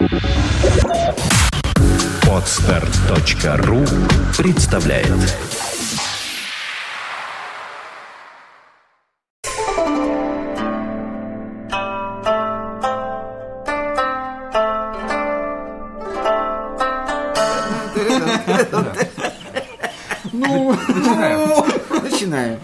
Podster.ru представляет. Начинаем.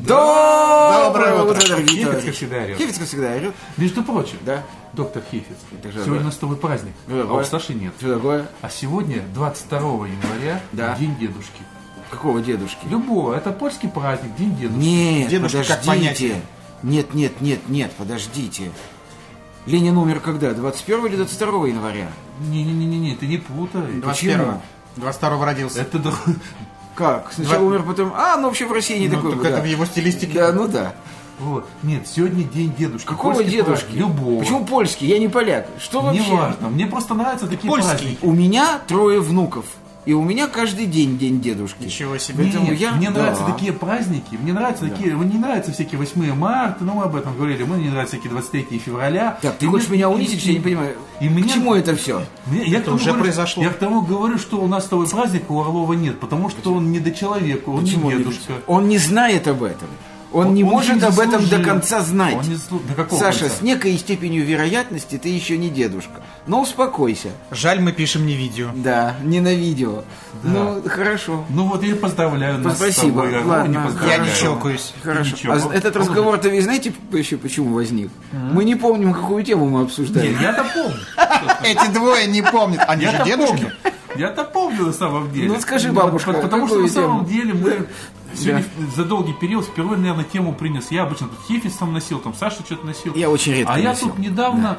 Доброе утро, дорогие Хефиц, как всегда, орет. Хефиц, как всегда, орет. Между прочим, Да. доктор Хефиц, Это же сегодня да. у нас с тобой праздник, Да, а у да. Саши нет. Что такое? А сегодня, 22 января, Да. День дедушки. Какого дедушки? Любого, это польский праздник, День дедушки. Нет, Дедушка как подождите. понятие. Нет, подождите. Ленин умер когда? 21 или 22 января? Не-не-не, ты не путай. 21-го. 22-го родился. Это Как? Сначала умер, потом... ну вообще в России не Ну, такой так был, это да. в его стилистике. Да, ну да. вот. Нет, сегодня День дедушки. Какого Польский дедушки? праздник. Любого. Почему польский? Я не поляк. Что вообще? Неважно, мне просто нравятся такие польский. праздники. У меня 3 внуков. И у меня каждый день День дедушки. Ничего себе. Нет, Поэтому я- мне да. нравятся такие праздники, мне нравятся такие, мне не нравятся всякие 8 марта, ну мы об этом говорили, мне не нравятся всякие 23 февраля. Так, ты И хочешь мне- меня унизить? Я не понимаю. И К меня- чему это все? Я к тому уже говорю, произошло. Я к тому говорю, что у нас с тобой праздника у Орлова нет, потому что он не до человека, он Почему не он дедушка. Он не знает об этом. Он не может не об этом до заслужил. конца знать. Он не до какого Саша, конца? с некой степенью вероятности ты еще не дедушка. Но успокойся. Жаль, мы пишем не видео. Да, не на видео. Ну, хорошо. Ну вот я поздравляю нас Спасибо. с тобой. Орлова Ладно, не Я поздравляю. не чокаюсь. Хорошо. Ничего. А этот разговор-то, вы знаете, еще почему возник? Мы не помним, какую тему мы обсуждали. Нет, я-то помню. Эти двое не помнят. Они же Я-то дедушки. помню. Я-то помню на самом деле. Ну, скажи, бабушка, Потому что какую на самом тему? деле мы сегодня за долгий период впервые, наверное, тему принес. Я обычно тут Хефиц там носил, там Саша что-то носил. Я очень редко А я носил. тут недавно,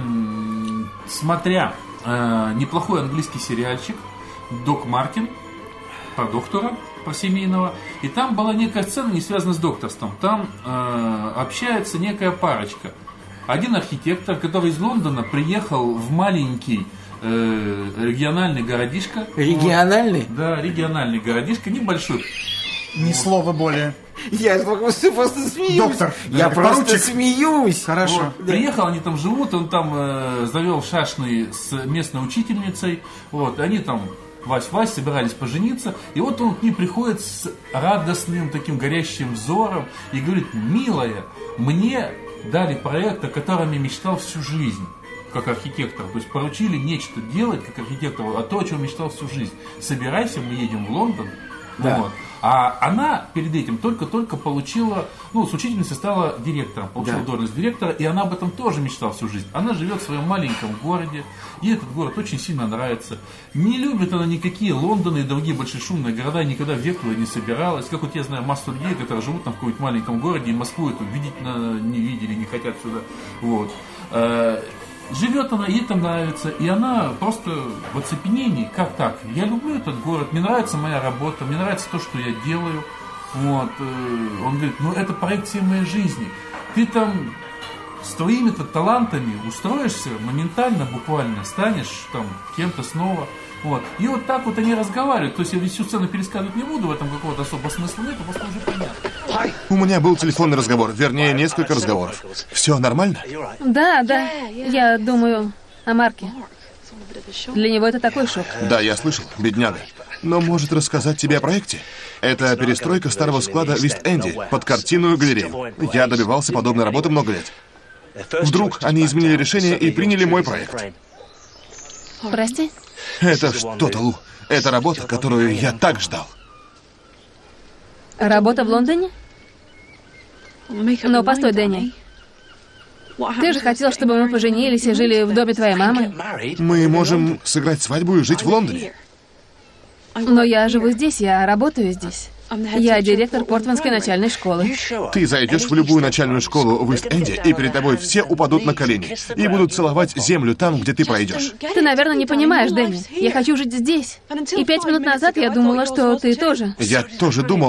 смотря неплохой английский сериальчик «Док Мартин», про доктора, про семейного, и там была некая сцена, не связанная с докторством. Там общается некая парочка. Один архитектор, который из Лондона приехал в маленький региональный городишко. Региональный? Вот. Да, региональный городишко, небольшой. Ни слова более. Я просто смеюсь. Доктор, Я просто поручик. смеюсь. Хорошо. Вот. Приехал, они там живут, он там завел шашни с местной учительницей. Вот, они там Вась-Вась собирались пожениться. И вот он к ней приходит с радостным таким горящим взором и говорит: милая, мне дали проект, о котором я мечтал всю жизнь. Как архитектор, то есть поручили нечто делать как архитектору, а то, о чем мечтал всю жизнь. Собирайся, мы едем в Лондон. Да. Вот. А она перед этим только-только получила, с учительницей стала директором, получила Да. должность директора, и она об этом тоже мечтала всю жизнь. Она живет в своем маленьком городе, ей этот город очень сильно нравится. Не любит она никакие Лондоны и другие большие шумные города, никогда в век туда не собиралась. Как вот я знаю массу людей, которые живут там в каком-нибудь маленьком городе, и Москву эту видеть не видели, не хотят сюда. Вот. Живет она, ей там нравится, и она просто в оцепенении. Как так? Я люблю этот город, мне нравится моя работа, мне нравится то, что я делаю. Вот. Он говорит: это проект всей моей жизни. Ты там с твоими-то талантами устроишься моментально, буквально, станешь там кем-то снова. Вот. И вот так вот они разговаривают. То есть я всю сцену пересказывать не буду, в этом какого-то особого смысла нет, просто уже понятно. У меня был телефонный разговор, вернее, несколько разговоров. Все нормально? Да. Я думаю о Марке. Для него это такой шок. Да, я слышал, бедняга. Но может рассказать тебе о проекте? Это перестройка старого склада в Ист-Энде под картинную галерею. Я добивался подобной работы много лет. Вдруг они изменили решение и приняли мой проект. Прости? Это что-то, Лу. Это работа, которую я так ждал. Работа в Лондоне? Но постой, Дэнни. Ты же хотел, чтобы мы поженились и жили в доме твоей мамы. Мы можем сыграть свадьбу и жить в Лондоне. Но я живу здесь, я работаю здесь. Я директор Портманской начальной школы. Ты зайдешь в любую начальную школу в Ист-Энде, и перед тобой все упадут на колени и будут целовать землю там, где ты пройдешь. Ты, наверное, не понимаешь, Дэнни. Я хочу жить здесь. И 5 минут назад я думала, что ты тоже. Я тоже думал,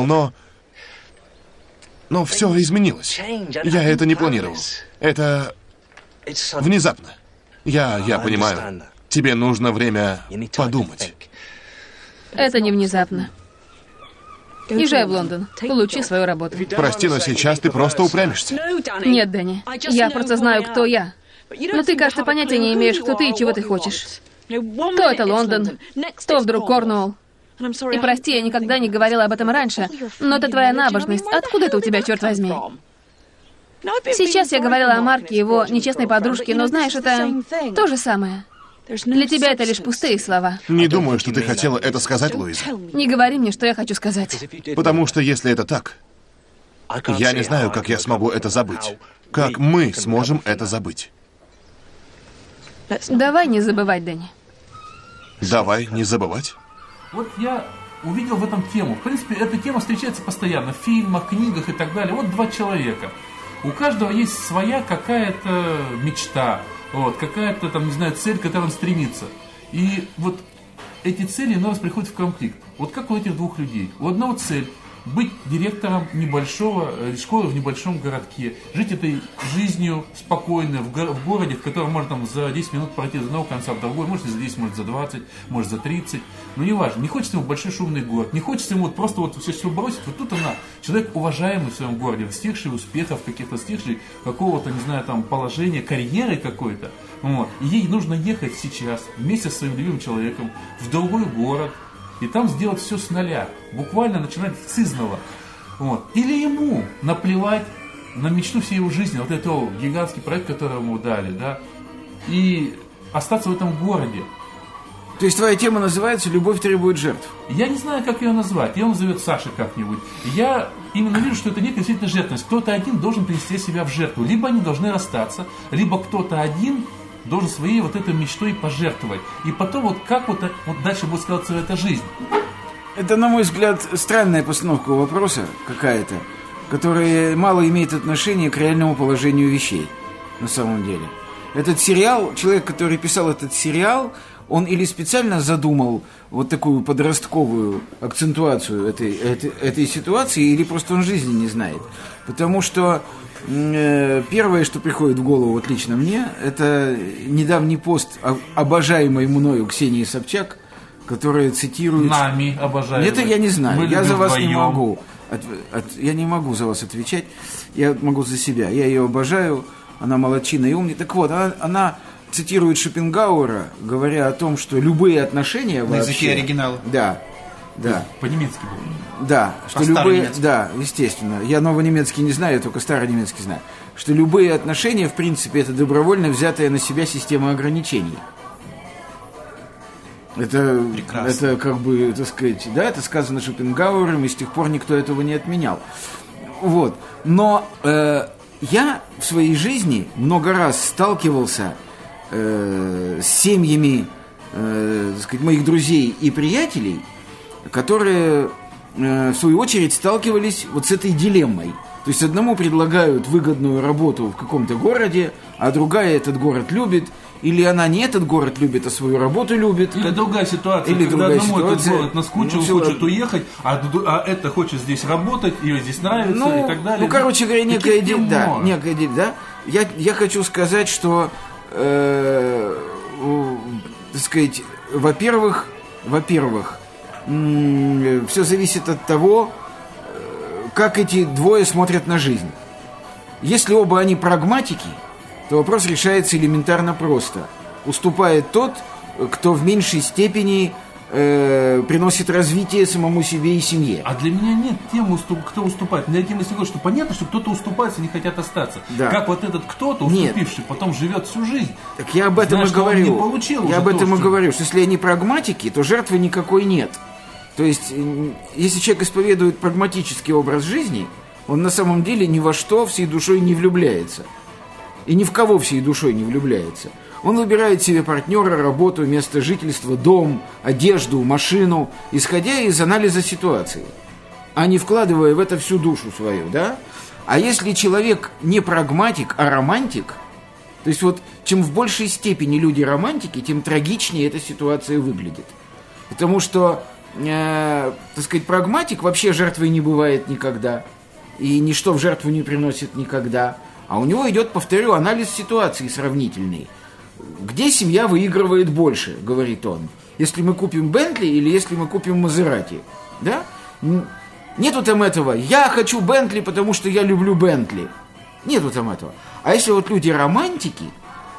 но все изменилось. Я это не планировал. Это внезапно. Я понимаю. Тебе нужно время подумать. Это не внезапно. Езжай в Лондон, получи свою работу. Прости, но сейчас ты просто упрямишься. Нет, Дэнни, я просто знаю, кто я. Но ты, кажется, понятия не имеешь, кто ты и чего ты хочешь. То это Лондон, то вдруг Корнуолл. И прости, я никогда не говорила об этом раньше, но это твоя набожность. Откуда это у тебя, черт возьми? Сейчас я говорила о Марке и его нечестной подружке, но знаешь, это то же самое. Для тебя это лишь пустые слова. Не думаю, что ты хотела это сказать, Луиза. Не говори мне, что я хочу сказать. Потому что если это так, я не знаю, как я смогу это забыть. Как мы сможем это забыть? Давай не забывать, Дэнни. Давай не забывать. Вот я увидел в этом тему. В принципе, эта тема встречается постоянно в фильмах, книгах и так далее. Вот два человека. У каждого есть своя какая-то мечта, вот, какая-то там, не знаю, цель, к которой он стремится. И вот эти цели иной раз приходят в конфликт. Вот как у этих двух людей. У одного цель быть директором небольшого школы в небольшом городке, жить этой жизнью спокойно в городе, в котором можно там за 10 минут пройти из одного конца в другой, может за 10, может за 20, может за 30, но не важно. Не хочется ему большой шумный город, не хочется ему вот просто вот все бросить. Вот тут она, человек уважаемый в своем городе, достигший успехов, каких-то достигший какого-то, не знаю, там положения, карьеры какой-то. Вот. И ей нужно ехать сейчас вместе с своим любимым человеком в другой город, и там сделать все с нуля, буквально начинать с изного. Вот. Или ему наплевать на мечту всей его жизни, вот этот гигантский проект, который ему дали, да, и остаться в этом городе. То есть твоя тема называется «Любовь требует жертв». Я не знаю, как ее назвать. Ее назовет Саша как-нибудь. Я именно вижу, что это некая действительно жертвенность. Кто-то один должен принести себя в жертву. Либо они должны расстаться, либо кто-то один должен своей вот этой мечтой пожертвовать. И потом вот как вот дальше будет складываться эта жизнь. Это, на мой взгляд, странная постановка вопроса какая-то, которая мало имеет отношения к реальному положению вещей, на самом деле. Этот сериал, человек, который писал этот сериал, он или специально задумал вот такую подростковую акцентуацию этой ситуации, или просто он жизни не знает. Потому что первое, что приходит в голову вот лично мне, это недавний пост обожаемой мною Ксении Собчак, которая цитирует... Нами обожаемой. Это я не знаю, Мы я за вас вдвоем. не могу. Я не могу за вас отвечать, я могу за себя. Я ее обожаю, она молодчина и умница. Так вот, она цитирует Шопенгауэра, говоря о том, что любые отношения На вообще... языке оригинала. Да, да. По-немецки было. Да, что любые, да, естественно. Я новонемецкий не знаю, я только старонемецкий знаю. Что любые отношения, в принципе, это добровольно взятая на себя система ограничений. Это как бы, так сказать, да, это сказано Шопенгауэром, и с тех пор никто этого не отменял. Вот. Но я в своей жизни много раз сталкивался с семьями, так сказать, моих друзей и приятелей, которые, в свою очередь, сталкивались вот с этой дилеммой. То есть одному предлагают выгодную работу в каком-то городе, а другая этот город любит, или она не этот город любит, а свою работу любит. Или другая ситуация, или когда другая одному ситуация. этот город наскучил, хочет уехать, а это хочет здесь работать, ее здесь нравится и так далее. Ну, короче говоря, некая да. Я хочу сказать, что, так сказать, во-первых, все зависит от того, как эти двое смотрят на жизнь. Если оба они прагматики, то вопрос решается элементарно просто. Уступает тот, кто в меньшей степени приносит развитие самому себе и семье. А для меня нет темы, кто уступает. Для меня тема есть, что понятно, что кто-то уступает, они хотят остаться. Да. Как вот этот кто-то, уступивший, потом живет всю жизнь. Так я об этом и говорю. Я об этом и говорю, что если они прагматики, то жертвы никакой нет. То есть, если человек исповедует прагматический образ жизни, он на самом деле ни во что всей душой не влюбляется. И ни в кого всей душой не влюбляется. Он выбирает себе партнера, работу, место жительства, дом, одежду, машину, исходя из анализа ситуации, а не вкладывая в это всю душу свою, да? А если человек не прагматик, а романтик, то есть вот чем в большей степени люди романтики, тем трагичнее эта ситуация выглядит. Потому что, так сказать, прагматик вообще жертвой не бывает никогда, и ничто в жертву не приносит никогда. А у него идет, повторю, анализ ситуации сравнительный. Где семья выигрывает больше, говорит он. Если мы купим Бентли или если мы купим Мазерати. Да? Нету там этого. Я хочу Бентли, потому что я люблю Бентли. Нету там этого. А если вот люди романтики,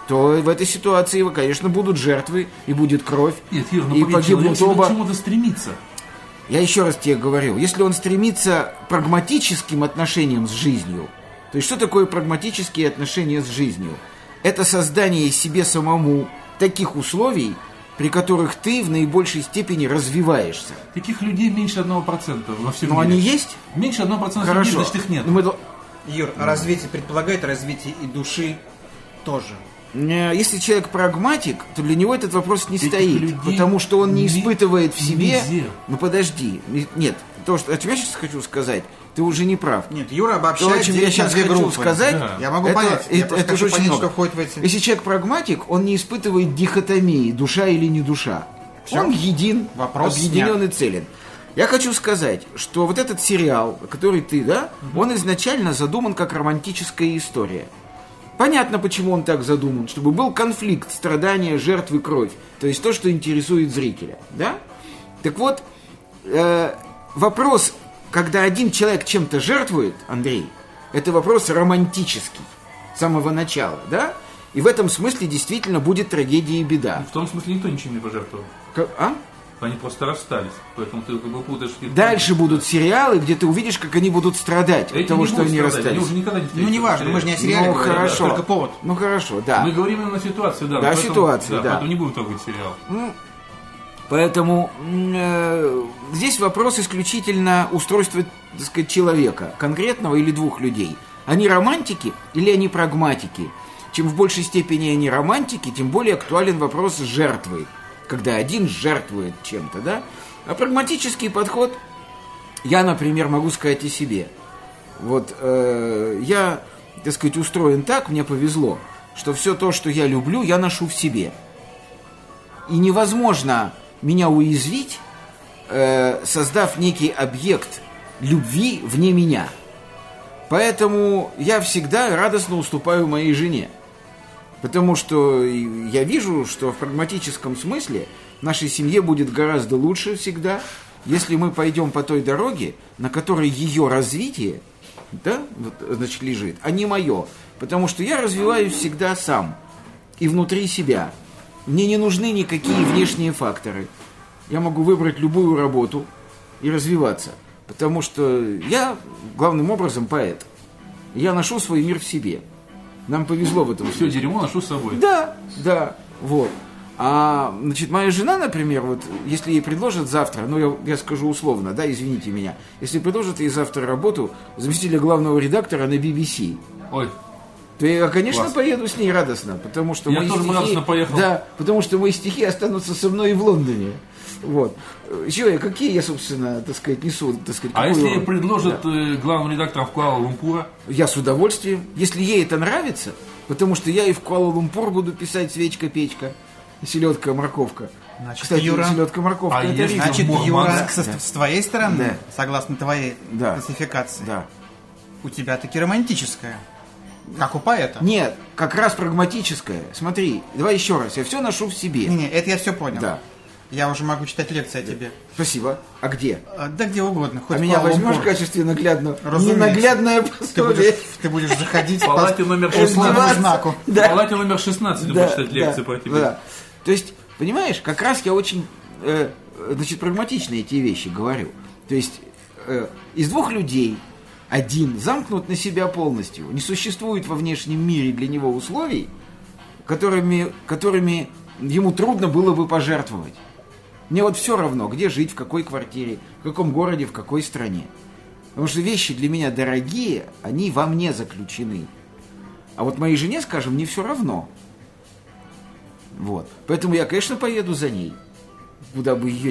то в этой ситуации, конечно, будут жертвы, и будет кровь, Нет, Юр, и погибнут оба. К чему-то стремиться. Я еще раз тебе говорю, если он стремится к прагматическим отношениям с жизнью, то есть что такое прагматические отношения с жизнью? Это создание себе самому таких условий, при которых ты в наибольшей степени развиваешься. Таких людей меньше 1% во всем Но мире. они есть? Меньше 1% Хорошо. людей, значит их нет. Юр, развитие предполагает развитие и души тоже. Если человек прагматик, то для него этот вопрос не Этих стоит, людей потому что он не испытывает в себе... везде. Ну подожди, нет, то, что, о чем я сейчас хочу сказать, ты уже не прав. Нет, Юра То, обобщает о чем я сейчас две хочу группы. сказать, Да. Я могу понять. Я просто это хочу же очень понять, много. что входит в эти... Если человек прагматик, он не испытывает дихотомии, душа или не душа. Всё. Он един, Вопрос объединен и целен. Я хочу сказать, что вот этот сериал, который ты, да, он изначально задуман как романтическая история. Понятно, почему он так задуман, чтобы был конфликт, страдания, жертвы, кровь. То есть то, что интересует зрителя, да? Так вот, вопрос, когда один человек чем-то жертвует, Андрей, это вопрос романтический с самого начала, да? И в этом смысле действительно будет трагедия и беда. В том смысле никто ничем не пожертвовал. А? Они просто расстались. Поэтому ты как бы путаешь... Дальше будут сериалы, где ты увидишь, как они будут страдать от того, что они расстались. Они уже никогда не Ну, встретятся. неважно, мы же не о сериале Ну, говорим, хорошо. только повод. Ну, хорошо, да. Мы говорим именно о ситуации, да. Да, поэтому, ситуации, да. Поэтому не будем трогать сериал. Поэтому здесь вопрос исключительно устройства, так сказать, человека, конкретного или двух людей. Они романтики или они прагматики? Чем в большей степени они романтики, тем более актуален вопрос жертвы. Когда один жертвует чем-то, да? А прагматический подход, я, например, могу сказать о себе. Вот я, так сказать, устроен так, мне повезло, что все то, что я люблю, я ношу в себе. И невозможно меня уязвить, создав некий объект любви вне меня. Поэтому я всегда радостно уступаю моей жене. Потому что я вижу, что в прагматическом смысле нашей семье будет гораздо лучше всегда, если мы пойдем по той дороге, на которой ее развитие, да, вот, значит, лежит, а не мое. Потому что я развиваюсь всегда сам и внутри себя. Мне не нужны никакие внешние факторы. Я могу выбрать любую работу и развиваться. Потому что я, главным образом, поэт. Я ношу свой мир в себе. Нам повезло в этом. Все дерьмо ношу с собой. Да, да, вот. А, значит, моя жена, например, вот, если ей предложат завтра, ну, я скажу условно, да, извините меня, если предложат ей завтра работу заместителя главного редактора на BBC, Ой, то я, конечно, класс. поеду с ней радостно, потому что Я мои тоже стихи... радостно поехал. Да, потому что мои стихи останутся со мной и в Лондоне. Вот. Чего какие я, собственно, так сказать, несу, так сказать, а какую если ей роль? предложат главным редактором в Куала-Лумпура? Я с удовольствием, если ей это нравится, потому что я и в Куала-Лумпур буду писать «Свечка-печка», «Селедка, морковка». Значит, Кстати, Юра, «Селедка, морковка» а это если- рифма. Значит, Мурманск. Юра, Да. с твоей стороны, Да. согласно твоей Да. классификации, Да. у тебя таки романтическая. Как у поэта. Нет, как раз прагматическое. Смотри, давай еще раз, я все ношу в себе. Не, это я все понял. Да. Я уже могу читать лекции о тебе. Спасибо. А где? Да где угодно. Хоть А меня Куала-Лумпур. возьмешь в качестве наглядного? Разумеется. Ненаглядное пособие. Ты будешь заходить В палате номер по условному 16. знаку. В палате номер 16 ты будешь читать лекции про тебя. Да. То есть, понимаешь, как раз я очень, значит, прагматично эти вещи говорю. То есть, из двух людей один замкнут на себя полностью. Не существует во внешнем мире для него условий, которыми ему трудно было бы пожертвовать. Мне вот все равно, где жить, в какой квартире, в каком городе, в какой стране. Потому что вещи для меня дорогие, они во мне заключены. А вот моей жене, скажем, не все равно. Вот. Поэтому я, конечно, поеду за ней. Куда бы ее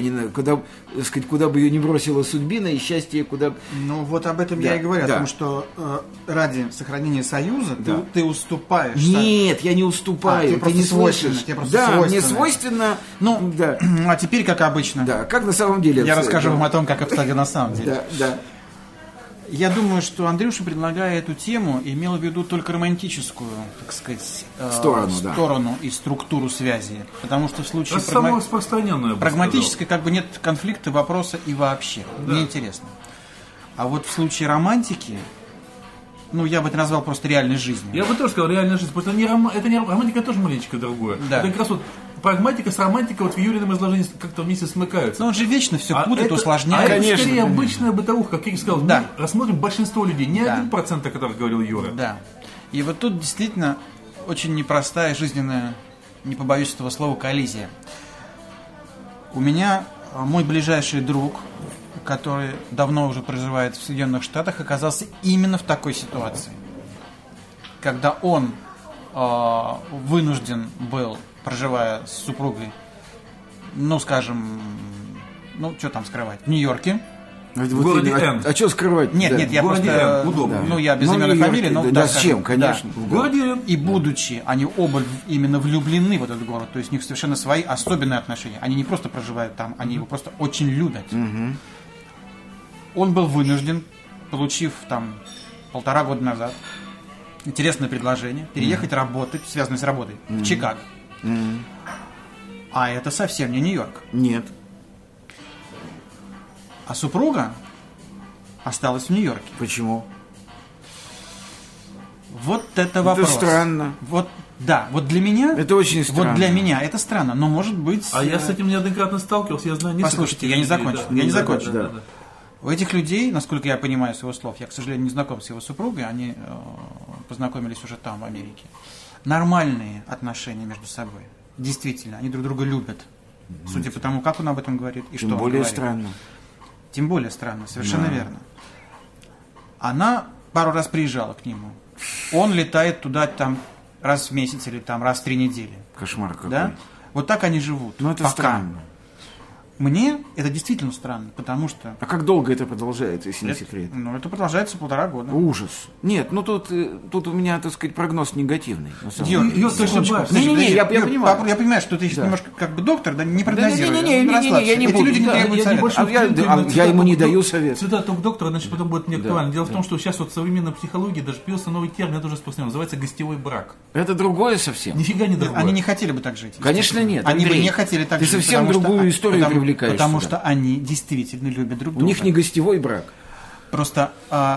не бросила судьбина и счастье, куда... Ну вот об этом Да, я и говорю, да. о том, что ради сохранения союза Да. ты уступаешь. Нет, я не уступаю, тебе ты просто не свойственно, слышишь. тебе просто Да, мне свойственно. свойственно... Ну, да, А теперь, как обычно, да, как на самом деле... я обстоит, расскажу да. вам о том, как обстоят на самом деле. Да, да. Я думаю, что Андрюша, предлагая эту тему, имел в виду только романтическую, так сказать, Сторону, да. и структуру связи. Потому что в случае Это самое распространенное. я бы прагматической как бы нет конфликта, вопроса и вообще. Да. Неинтересно. А вот в случае романтики ну, я бы это назвал просто реальной жизнью. Я бы тоже сказал реальная жизнь, потому что это не романтика, тоже маленечко другое. Да. Это как раз вот прагматика с романтикой вот в Юрином изложении как-то вместе смыкаются. Но он же вечно все путает, усложняет. Это скорее обычная бытовуха, как я сказал. Да. Мы рассмотрим большинство людей, не Да. 1%, о которых говорил Юра. Да. И вот тут действительно очень непростая жизненная, не побоюсь этого слова, коллизия. У меня мой ближайший друг, который давно уже проживает в Соединенных Штатах, оказался именно в такой ситуации. Когда он вынужден был, проживая с супругой, ну, скажем, ну, что там скрывать, в Нью-Йорке. В городе Н. А что скрывать? Нет, Да. нет, я В городе просто... Н, удобно. Ну, я без Ну, имен и Нью-Йорк, фамилии, но... да, да, с чем, да. конечно. В городе Н. И будучи, они оба именно влюблены в этот город, то есть у них совершенно свои особенные отношения. Они не просто проживают там, они его просто очень любят. Он был вынужден, получив там 1,5 года назад интересное предложение, переехать работать, связанное с работой, в Чикаго. А это совсем не Нью-Йорк. Нет. А супруга осталась в Нью-Йорке. Почему? Вот это вопрос. Это странно. Вот, да, вот для меня... Это очень странно. Вот для меня это странно, но может быть... А я с этим неоднократно сталкивался, я знаю несколько... Послушайте, я не закончил, да. я не Да, закончил. да, да, да. У этих людей, насколько я понимаю с его слов, я, к сожалению, не знаком с его супругой, они познакомились уже там, в Америке. Нормальные отношения между собой. Действительно, они друг друга любят. Судя по тому, как он об этом говорит и что Тем он более говорит. странно. Тем более странно, совершенно верно. Она пару раз приезжала к нему. Он летает туда там раз в месяц или там раз в 3 недели. Кошмар какой. Да? Вот так они живут. Ну, это Пока. странно. Мне это действительно странно, потому что... А как долго это продолжается, если не секрет? Ну, это продолжается 1,5 года. Ужас. Нет, ну тут у меня, так сказать, прогноз негативный. На самом Юр, деле. Юр, ты ошибаешься. Не-не-не, я Юр, понимаю. Я понимаю, что ты Да. немножко как бы доктор, да, не прогнозируй. Не-не-не, расслабься. я не Эти буду. люди не Да, требуют Я совета. небольшой А я- вклинку, а именно я ему не цитату даю совет. Цитату доктора, значит, потом будет не Да, актуально. Дело в да. том, что сейчас вот в современной психологии даже появился новый термин, это уже распространен, называется гостевой брак. Это другое совсем. Нифига не другое. Они не хотели бы так жить. Конечно, нет. Они бы Андрей, не хотели так ты жить. совсем потому что- другую историю привлекаешь Потому сюда. что они действительно любят друг У друга. них не гостевой брак. Просто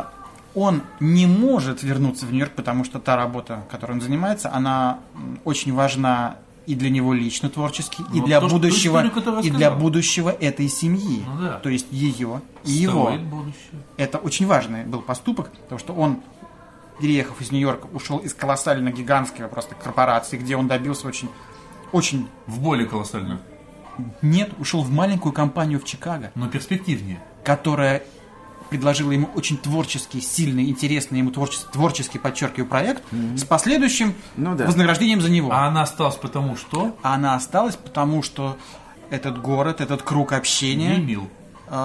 он не может вернуться в Нью-Йорк, потому что та работа, которой он занимается, она очень важна и для него лично творчески, и Ну, для то, что- ту будущего, историю, которую и я для сказал. будущего этой семьи. Ну да. То есть ее и его. Строит будущее. Это очень важный был поступок, потому что он, переехав из Нью-Йорка, ушел из колоссально гигантской просто корпорации, где он добился очень... В более колоссально, Нет, ушел в маленькую компанию в Чикаго, но перспективнее. которая предложила ему очень творческий, сильный, интересный ему творческий, подчеркиваю, проект с последующим Ну да. вознаграждением за него. А она осталась потому, что А она осталась, потому что этот город, этот круг общения, не мил.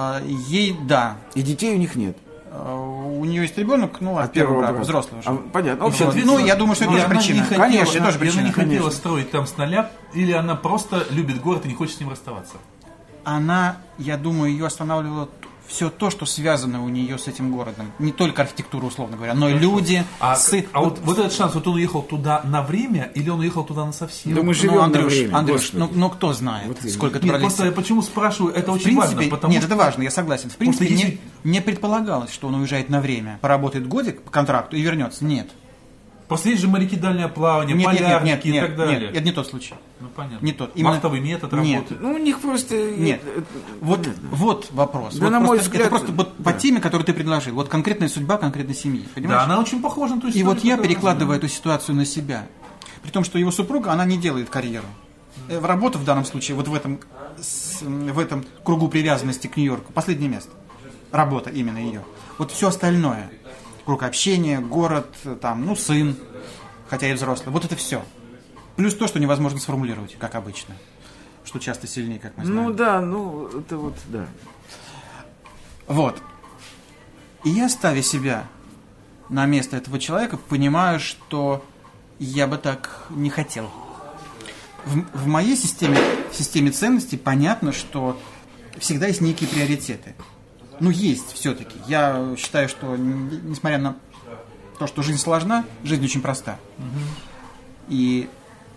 ей, да, И детей у них нет. у нее есть ребенок, ну, от первого брака, брака. взрослый уже. Понятно. Вот. Общем, Ну, я думаю, что это И тоже она причина. не хотела- Конечно, это тоже и она причина. не хотела конечно. строить там с нуля, или она просто любит город и не хочет с ним расставаться. Она, я думаю, ее останавливало все то, что связано у нее с этим городом. Не только архитектура, условно говоря, но и люди. А вот этот шанс, вот он уехал туда на время, или он уехал туда на совсем? Да мы Ну, живем на Андрюш, время. Андрюш, Господи. ну кто знает, Вот именно. сколько это Нет, продлится. просто я почему спрашиваю, это В очень принципе, важно, потому нет, что... это важно, я согласен. В принципе, Потому что если- не предполагалось, что он уезжает на время, поработает годик по контракту и вернется. Нет. Просто есть же моряки дальнего плавания, Нет, полярники и так далее. нет, это не тот случай. Ну понятно. Не тот. Вахтовый метод Нет. работы. Ну, у них просто... Нет. Вот вопрос. Да, Вот на просто- мой взгляд, это просто вот по да. теме, которую ты предложил. Вот конкретная судьба конкретной семьи. Понимаешь? Да, она очень похожа на ту И историю, вот я которую перекладываю мы эту ситуацию на себя. При том, что его супруга, она не делает карьеру. Работа в данном случае, вот в этом кругу привязанности к Нью-Йорку, последнее место. Работа именно ее. Вот все остальное. Круг общения, город, там, ну, сын, хотя и взрослый. Вот это все. Плюс то, что невозможно сформулировать, как обычно. Что часто сильнее, как мы знаем. Ну да, ну это вот, да. Вот. И я, ставя себя на место этого человека, понимаю, что я бы так не хотел. В моей системе, в системе ценностей понятно, что всегда есть некие приоритеты. Ну, есть все-таки. Я считаю, что, несмотря на то, что жизнь сложна, жизнь очень проста. И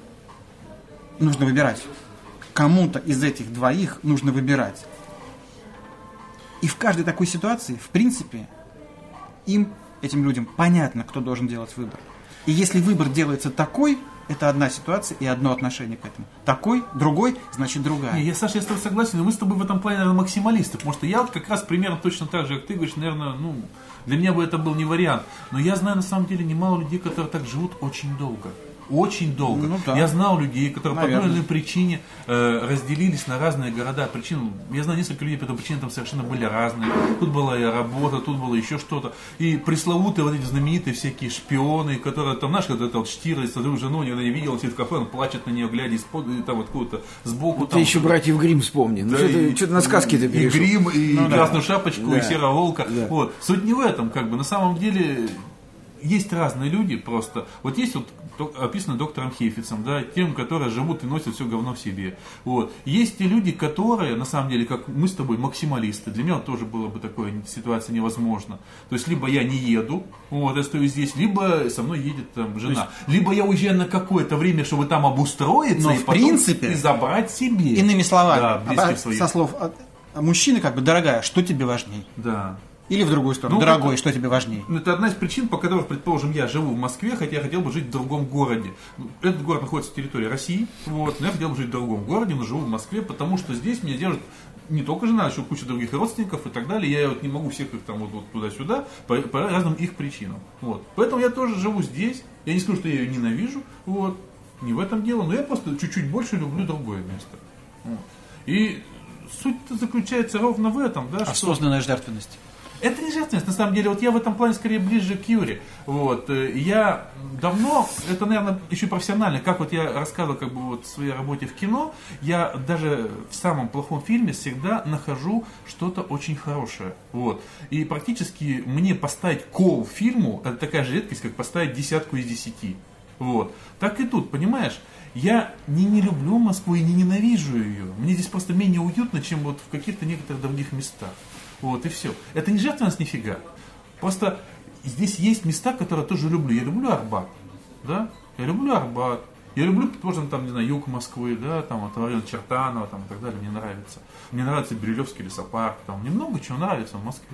нужно выбирать. Кому-то из этих двоих нужно выбирать. И в каждой такой ситуации, в принципе, им этим людям понятно, кто должен делать выбор. И если выбор делается такой, это одна ситуация и одно отношение к этому. Такой, другой, значит другая. Саша, я с тобой согласен, но мы с тобой в этом плане, наверное, максималисты. Потому что я вот как раз примерно точно так же, как ты говоришь, наверное, для меня бы это был не вариант. Но я знаю на самом деле немало людей, которые так живут очень долго. Очень долго. Да. Я знал людей, которые по той или иной причине разделились на разные города. Причины, я знаю несколько людей, по этой причине там совершенно были разные. Тут была и работа, тут было еще что-то. И пресловутые вот эти знаменитые всякие шпионы, которые там, знаешь, когда это вот Штирлиц, свою жену никогда не видел, он сидит в кафе, он плачет на нее, глядя из-под, и там откуда-то сбоку. Ты еще братьев Гримм вспомни. Да, что-то на сказки ты перешел. И Гримм, и Красную шапочку, да. и Серого волка. Да. Вот. Суть не в этом, как бы. На самом деле есть разные люди просто. Вот есть вот описано доктором Хейфицем, да, тем, которые живут и носят все говно в себе. Вот. Есть те люди, которые, на самом деле, как мы с тобой, максималисты. Для меня тоже было бы такая ситуация невозможна. То есть, либо я не еду, вот, я стою здесь, либо со мной едет там жена. Либо я уезжаю на какое-то время, чтобы там обустроиться, но и в потом принципе, и забрать себе. Иными словами, близких своих. со слов мужчины, как бы, дорогая, что тебе важнее? Да. Или в другую сторону, дорогой, что тебе важнее? Это одна из причин, по которой, предположим, я живу в Москве, хотя я хотел бы жить в другом городе. Этот город находится в территории России, вот, но я хотел бы жить в другом городе, но живу в Москве, потому что здесь меня держит не только жена, еще куча других родственников и так далее. Я вот не могу всех их там вот туда-сюда по разным их причинам. Вот. Поэтому я тоже живу здесь. Я не скажу, что я ее ненавижу, вот. Не в этом дело, но я просто чуть-чуть больше люблю другое место. Вот. И суть-то заключается ровно в этом, да, осознанная жертвенность. Это не жертвенность, на самом деле, вот я в этом плане скорее ближе к Юре. Вот. Я давно, это, наверное, еще профессионально, как вот я рассказывал как бы вот в своей работе в кино, я даже в самом плохом фильме всегда нахожу что-то очень хорошее. Вот. И практически мне поставить кол фильму, это такая же редкость, как поставить 10 из 10. Вот. Так и тут, понимаешь? Я не люблю Москву и не ненавижу ее. Мне здесь просто менее уютно, чем вот в каких-то некоторых других местах. Вот, и все. Это не жертвенность нифига. Просто здесь есть места, которые я тоже люблю. Я люблю Арбат. Да? Я люблю Арбат. Я люблю, предположим, там, не знаю, юг Москвы, да, там, от района Чертанова, там, и так далее. Мне нравится. Мне нравится Бирюлевский лесопарк. Там, мне много чего нравится в Москве,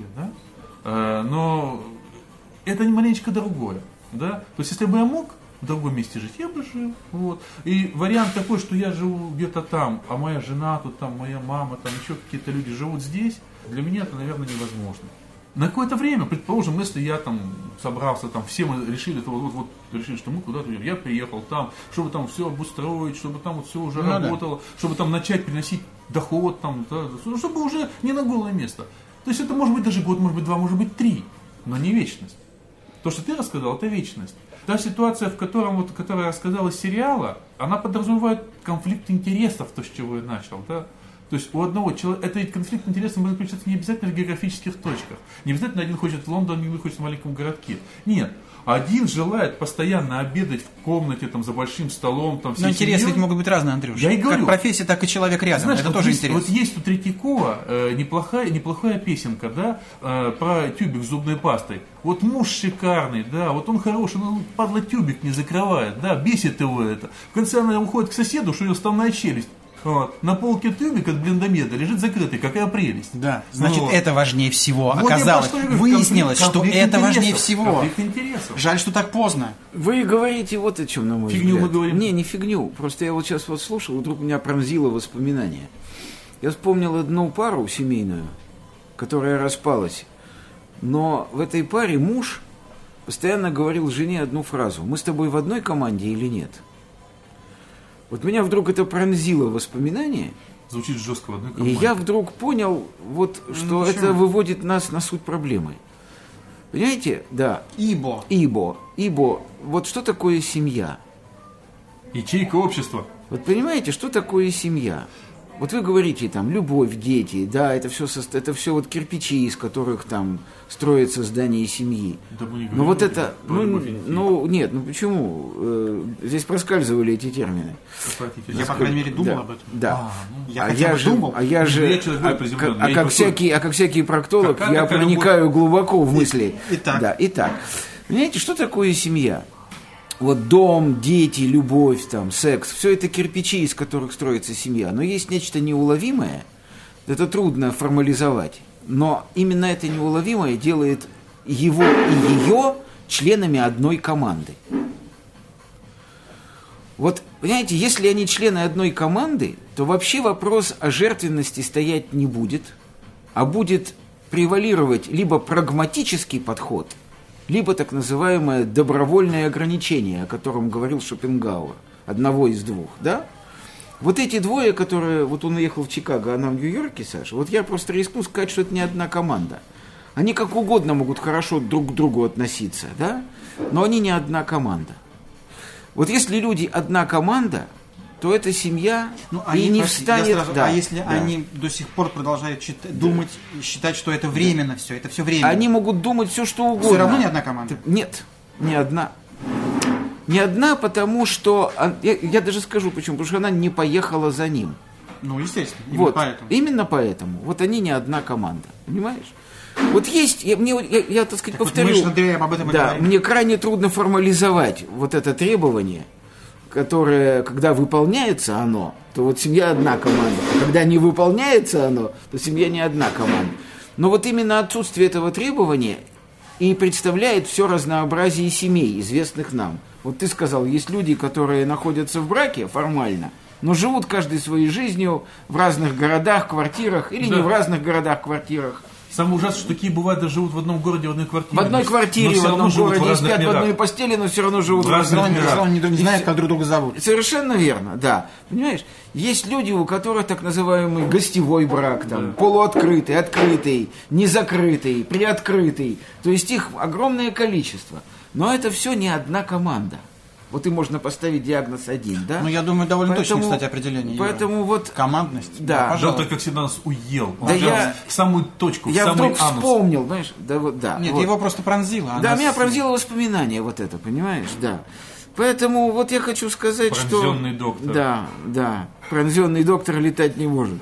да. Но это не маленечко другое. Да? То есть, если бы я мог в другом месте жить, я бы жил. Вот. И вариант такой, что я живу где-то там, а моя жена тут, там, моя мама, там еще какие-то люди живут здесь, для меня это, наверное, невозможно. На какое-то время, предположим, если я там собрался, там, все мы решили, решили, что мы куда-то уедем, я приехал там, чтобы там все обустроить, чтобы там вот все уже работало, чтобы там начать приносить доход, там, да, чтобы уже не на голое место. То есть это может быть даже год, может быть 2, может быть 3, но не вечность. То, что ты рассказал, это вечность. Та ситуация, которая я рассказал из сериала, она подразумевает конфликт интересов, то, с чего я начал, да. То есть у одного человека, это ведь конфликт интересов может заключаться не обязательно в географических точках. Не обязательно один хочет в Лондон, другой хочет в маленьком городке. Нет. Один желает постоянно обедать в комнате, там, за большим столом, там, но интересы ведь могут быть разные, Андрюш. Я и говорю. Как профессия, так и человек рядом. Знаешь, это вот тоже есть, интересно. Вот есть у Третьякова неплохая песенка, да, про тюбик с зубной пастой. Вот муж шикарный, да, вот он хороший, но падла тюбик не закрывает, да, бесит его это. В конце она уходит к соседу, что у него вставная челюсть. Вот. На полке тюбик от блиндомеда лежит закрытый, какая прелесть. Да, значит, вот. Это важнее всего. Вот оказалось, выяснилось, что это важнее всего. Конфликт интересов. Жаль, что так поздно. Вы говорите вот о чем, на мой фигню взгляд. Мы говорим. Не фигню. Просто я вот сейчас вот слушал, вдруг меня пронзило воспоминание. Я вспомнил одну пару семейную, которая распалась. Но в этой паре муж постоянно говорил жене одну фразу: мы с тобой в одной команде или нет? Вот меня вдруг это пронзило воспоминание. Звучит жестко в одной команде. И я вдруг понял, вот, что это выводит нас на суть проблемы. Понимаете? Да. Ибо. Вот что такое семья? Ячейка общества. Вот понимаете, что такое семья? Вот вы говорите, там, любовь, дети, да, это все вот кирпичи, из которых там строится здание семьи. Да мы не говорим. Но вот это, почему? Здесь проскальзывали эти термины. Я, по крайней мере, думал об этом. Да. Я думал. Как всякий проктолог, я проникаю глубоко в мысли. Итак. Понимаете, что такое семья? Вот дом, дети, любовь, там, секс, все это кирпичи, из которых строится семья. Но есть нечто неуловимое, это трудно формализовать, но именно это неуловимое делает его и ее членами одной команды. Вот, понимаете, если они члены одной команды, то вообще вопрос о жертвенности стоять не будет, а будет превалировать либо прагматический подход, либо так называемое добровольное ограничение, о котором говорил Шопенгауэр, одного из двух, да? Вот эти двое, которые... Вот он уехал в Чикаго, она в Нью-Йорке, Саша, вот я просто рискну сказать, что это не одна команда. Они как угодно могут хорошо друг к другу относиться, да? Но они не одна команда. Вот если люди одна команда, то эта семья и не встанет... А если они до сих пор продолжают думать, считать, что это временно все, это все временно? Они могут думать все, что угодно. Все равно не одна команда? Нет, не одна. Не одна, потому что... Я даже скажу почему. Потому что она не поехала за ним. Ну, естественно. Именно поэтому. Вот они не одна команда. Понимаешь? Вот есть, я так сказать, повторю, мы же над об этом и говорим. Мне крайне трудно формализовать вот это требование, которое, когда выполняется оно, то вот семья одна команда, а когда не выполняется оно, то семья не одна команда. Но вот именно отсутствие этого требования и представляет все разнообразие семей, известных нам. Вот ты сказал, есть люди, которые находятся в браке формально, но живут каждый своей жизнью в разных городах, квартирах, или не в разных городах, квартирах. Самое ужасное, что такие бывают, даже живут в одном городе, в одной квартире. В одной квартире, в одном городе, спят в одной постели, но все равно живут в разных мирах. Они не знают, как друг друга зовут. Совершенно верно, да. Понимаешь, есть люди, у которых так называемый гостевой брак, там, полуоткрытый, открытый, незакрытый, приоткрытый. То есть их огромное количество. Но это все не одна команда. Вот и можно поставить диагноз один, да? Ну, я думаю, довольно точно, кстати, определение. Поэтому вот... Командность. Да. Пожалуйста, как всегда нас уел. Он в самую точку, я в самый вдруг анус. вспомнил, знаешь, да, вот, да. Нет, вот. его просто пронзило. Да, меня пронзило воспоминание вот это, понимаешь, да. Поэтому вот я хочу сказать, что... Пронзенный доктор. Да. Пронзенный доктор летать не может.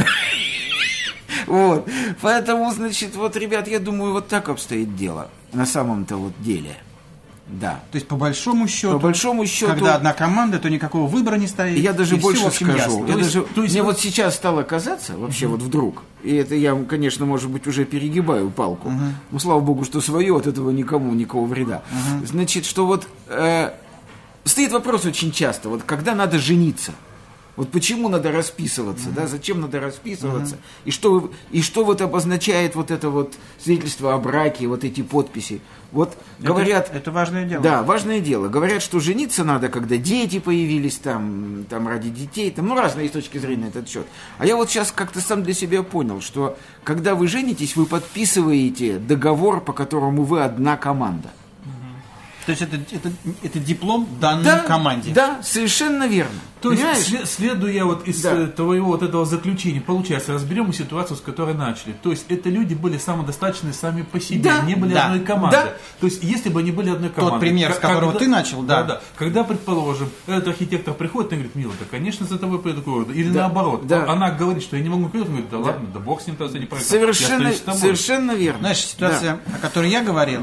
Вот. Поэтому, значит, вот, ребят, я думаю, вот так обстоит дело. На самом-то вот деле. Да. То есть, по большому счету, когда одна команда, то никакого выбора не стоит. Я даже больше скажу. Мне вот сейчас стало казаться, вообще вот вдруг, и это я, конечно, может быть, уже перегибаю палку, но слава богу, что свое, от этого никого вреда. Значит, что вот стоит вопрос очень часто, вот когда надо жениться. Вот почему надо расписываться, да, зачем надо расписываться, и что вот обозначает вот это вот свидетельство о браке, вот эти подписи. Вот говорят... Это важное дело. Да, важное дело. Говорят, что жениться надо, когда дети появились, там ради детей, там, разные с точки зрения этот счет. А я вот сейчас как-то сам для себя понял, что когда вы женитесь, вы подписываете договор, по которому вы одна команда. То есть это диплом данной команде. Да, совершенно верно. То есть, следуя вот из твоего вот этого заключения, получается, разберем ситуацию, с которой начали. То есть, это люди были самодостаточны сами по себе, не были одной командой. Да. То есть, если бы они были одной командой... Тот пример, с которого ты начал, да. Когда, предположим, этот архитектор приходит и говорит, милый, да, конечно, за тобой приеду к городу. Или наоборот, она говорит, что я не могу прийти, он говорит, да ладно, да бог с ним, тогда не проект. Совершенно верно. Знаешь, ситуация, о которой я говорил,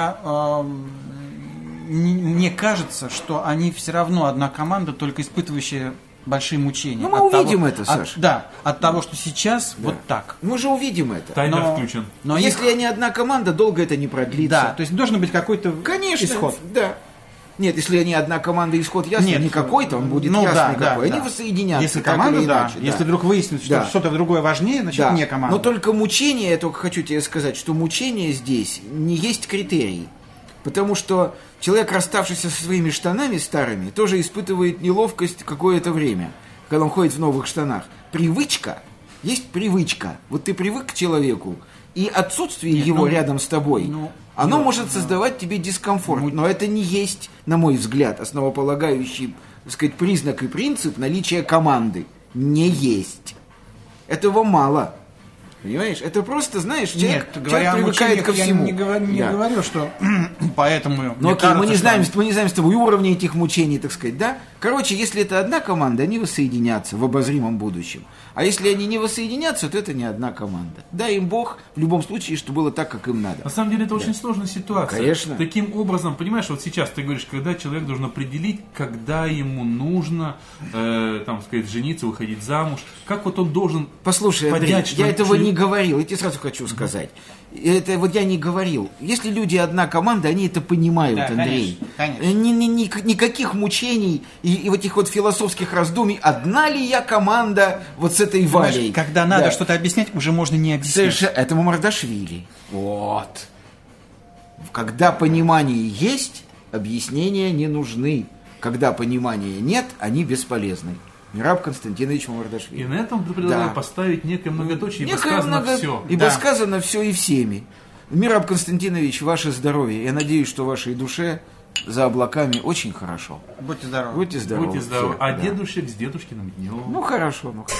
мне кажется, что они все равно одна команда, только испытывающая большие мучения. Ну, мы увидим это, Саш. От того, что сейчас вот так. Мы же увидим это. Таймер включен. Но если они одна команда, долго это не продлится. Да, то есть должен быть какой-то исход. Да. Нет, если они одна команда, исход ясный, не какой-то, он будет ясный какой. Они воссоединятся. Если команда, иначе, если вдруг выяснится, что что-то другое важнее, значит не команда. Но только мучение, я только хочу тебе сказать, что мучение здесь не есть критерий. Потому что человек, расставшийся со своими штанами старыми, тоже испытывает неловкость какое-то время, когда он ходит в новых штанах. Привычка есть привычка. Вот ты привык к человеку, и отсутствие его рядом с тобой, оно может создавать тебе дискомфорт. Но это не есть, на мой взгляд, основополагающий, так сказать, признак и принцип наличия команды. Не есть. Этого мало. Понимаешь? Это просто, знаешь, человек привыкает ко всему. Я не говорю, что поэтому... Ну окей, мы не знаем с тобой уровня этих мучений, так сказать, да? Короче, если это одна команда, они воссоединятся в обозримом будущем. А если они не воссоединятся, то это не одна команда. Дай им Бог в любом случае, что было так, как им надо. На самом деле это очень сложная ситуация. Конечно. Таким образом, понимаешь, вот сейчас ты говоришь, когда человек должен определить, когда ему нужно, там сказать, жениться, выходить замуж. Как вот он должен Послушай, понять, Андрей, я этого не не говорил, я тебе сразу хочу сказать. Это вот я не говорил. Если люди одна команда, они это понимают, Да, Андрей. конечно. Никаких мучений и вот этих вот философских раздумий, одна ли я команда вот с этой Валей. Когда надо Да. что-то объяснять, уже можно не объяснять. Совершенно. Это Мамардашвили. Вот. Когда понимание есть, объяснения не нужны. Когда понимания нет, они бесполезны. Мираб Константинович Мамардашвили. И на этом предлагаю поставить некое многоточие, ибо Некое сказано много- все. Ибо Да. сказано все и всеми. Мираб Константинович, ваше здоровье. Я надеюсь, что вашей душе за облаками очень хорошо. Будьте здоровы. Будьте здоровы. Будьте здоровы. все, А да. дедушек с дедушкиным днем. Ну хорошо, ну.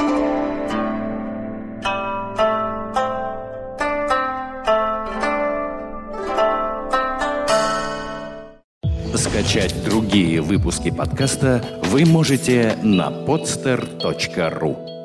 Скачать другие выпуски подкаста вы можете на podster.ru.